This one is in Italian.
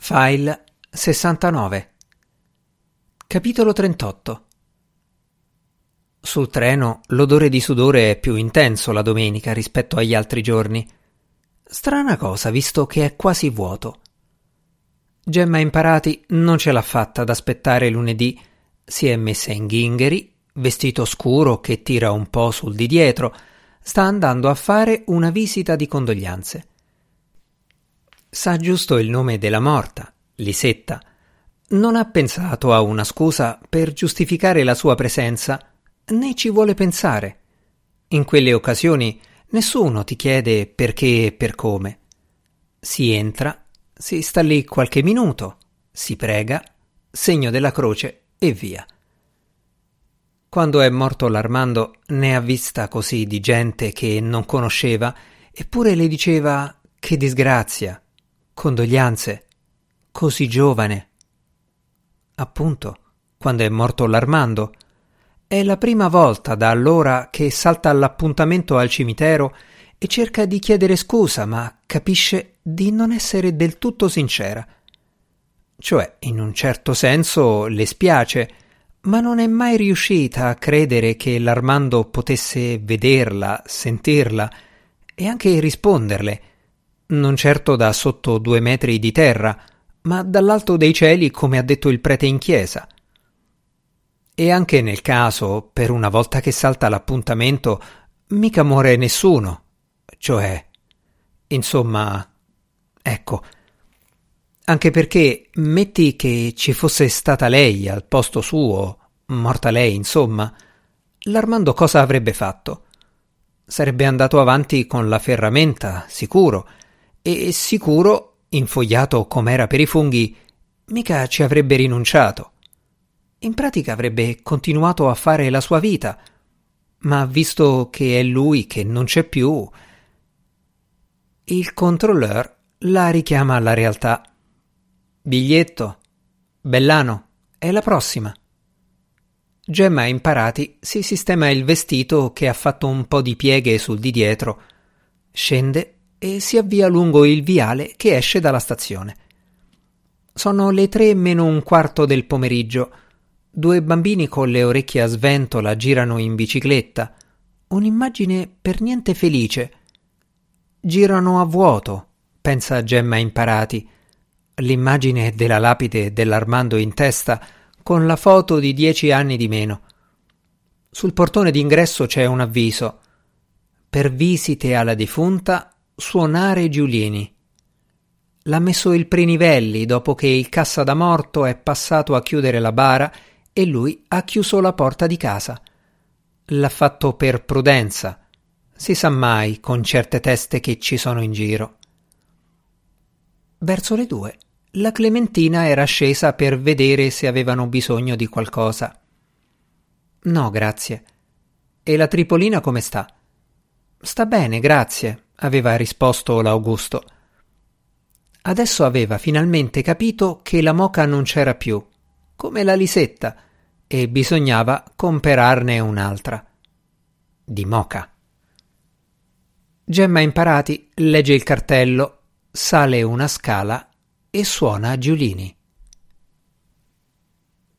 File 69. Capitolo 38. Sul treno l'odore di sudore è più intenso la domenica rispetto agli altri giorni. Strana cosa, visto che è quasi vuoto. Gemma Imparati non ce l'ha fatta ad aspettare lunedì. Si è messa in ghingheri, vestito scuro che tira un po' sul di dietro. Sta andando a fare una visita di condoglianze. Sa giusto il nome della morta, Lisetta. Non ha pensato a una scusa per giustificare la sua presenza, né ci vuole pensare. In quelle occasioni nessuno ti chiede perché e per come. Si entra, si sta lì qualche minuto, si prega, segno della croce e via. Quando è morto l'Armando ne ha vista così di gente che non conosceva, eppure le diceva che disgrazia. Condoglianze, così giovane. Appunto, quando è morto l'Armando. È la prima volta da allora che salta all'appuntamento al cimitero e cerca di chiedere scusa, ma capisce di non essere del tutto sincera. Cioè, in un certo senso le spiace, ma non è mai riuscita a credere che l'Armando potesse vederla, sentirla e anche risponderle. Non certo da sotto 2 metri di terra, ma dall'alto dei cieli, come ha detto il prete in chiesa. E anche nel caso, per una volta che salta l'appuntamento, mica muore nessuno. Cioè, insomma, ecco. Anche perché, metti che ci fosse stata lei al posto suo, morta lei, insomma, l'Armando cosa avrebbe fatto? Sarebbe andato avanti con la ferramenta, sicuro. E sicuro, infogliato com'era per i funghi, mica ci avrebbe rinunciato. In pratica avrebbe continuato a fare la sua vita, ma visto che è lui che non c'è più, il controlleur la richiama alla realtà. Biglietto, Bellano, è la prossima. Gemma Imparati si sistema il vestito che ha fatto un po' di pieghe sul di dietro, scende e si avvia lungo il viale che esce dalla stazione. Sono le 3:45 del pomeriggio. 2 bambini con le orecchie a sventola girano in bicicletta. Un'immagine per niente felice. Girano a vuoto, pensa Gemma Imparati. L'immagine della lapide dell'Armando in testa con la foto di 10 anni di meno. Sul portone d'ingresso c'è un avviso. Per visite alla defunta suonare Giulini. L'ha messo il Prinivelli dopo che il cassa da morto è passato a chiudere la bara e lui ha chiuso la porta di casa. L'ha fatto per prudenza. Si sa mai con certe teste che ci sono in giro. Verso le 2 la Clementina era scesa per vedere se avevano bisogno di qualcosa. No, grazie. E la Tripolina come sta? Sta bene, grazie, aveva risposto l'Augusto. Adesso aveva finalmente capito che la moca non c'era più, come la Lisetta, e bisognava comperarne un'altra. Di moca. Gemma Imparati legge il cartello, sale una scala e suona Giulini.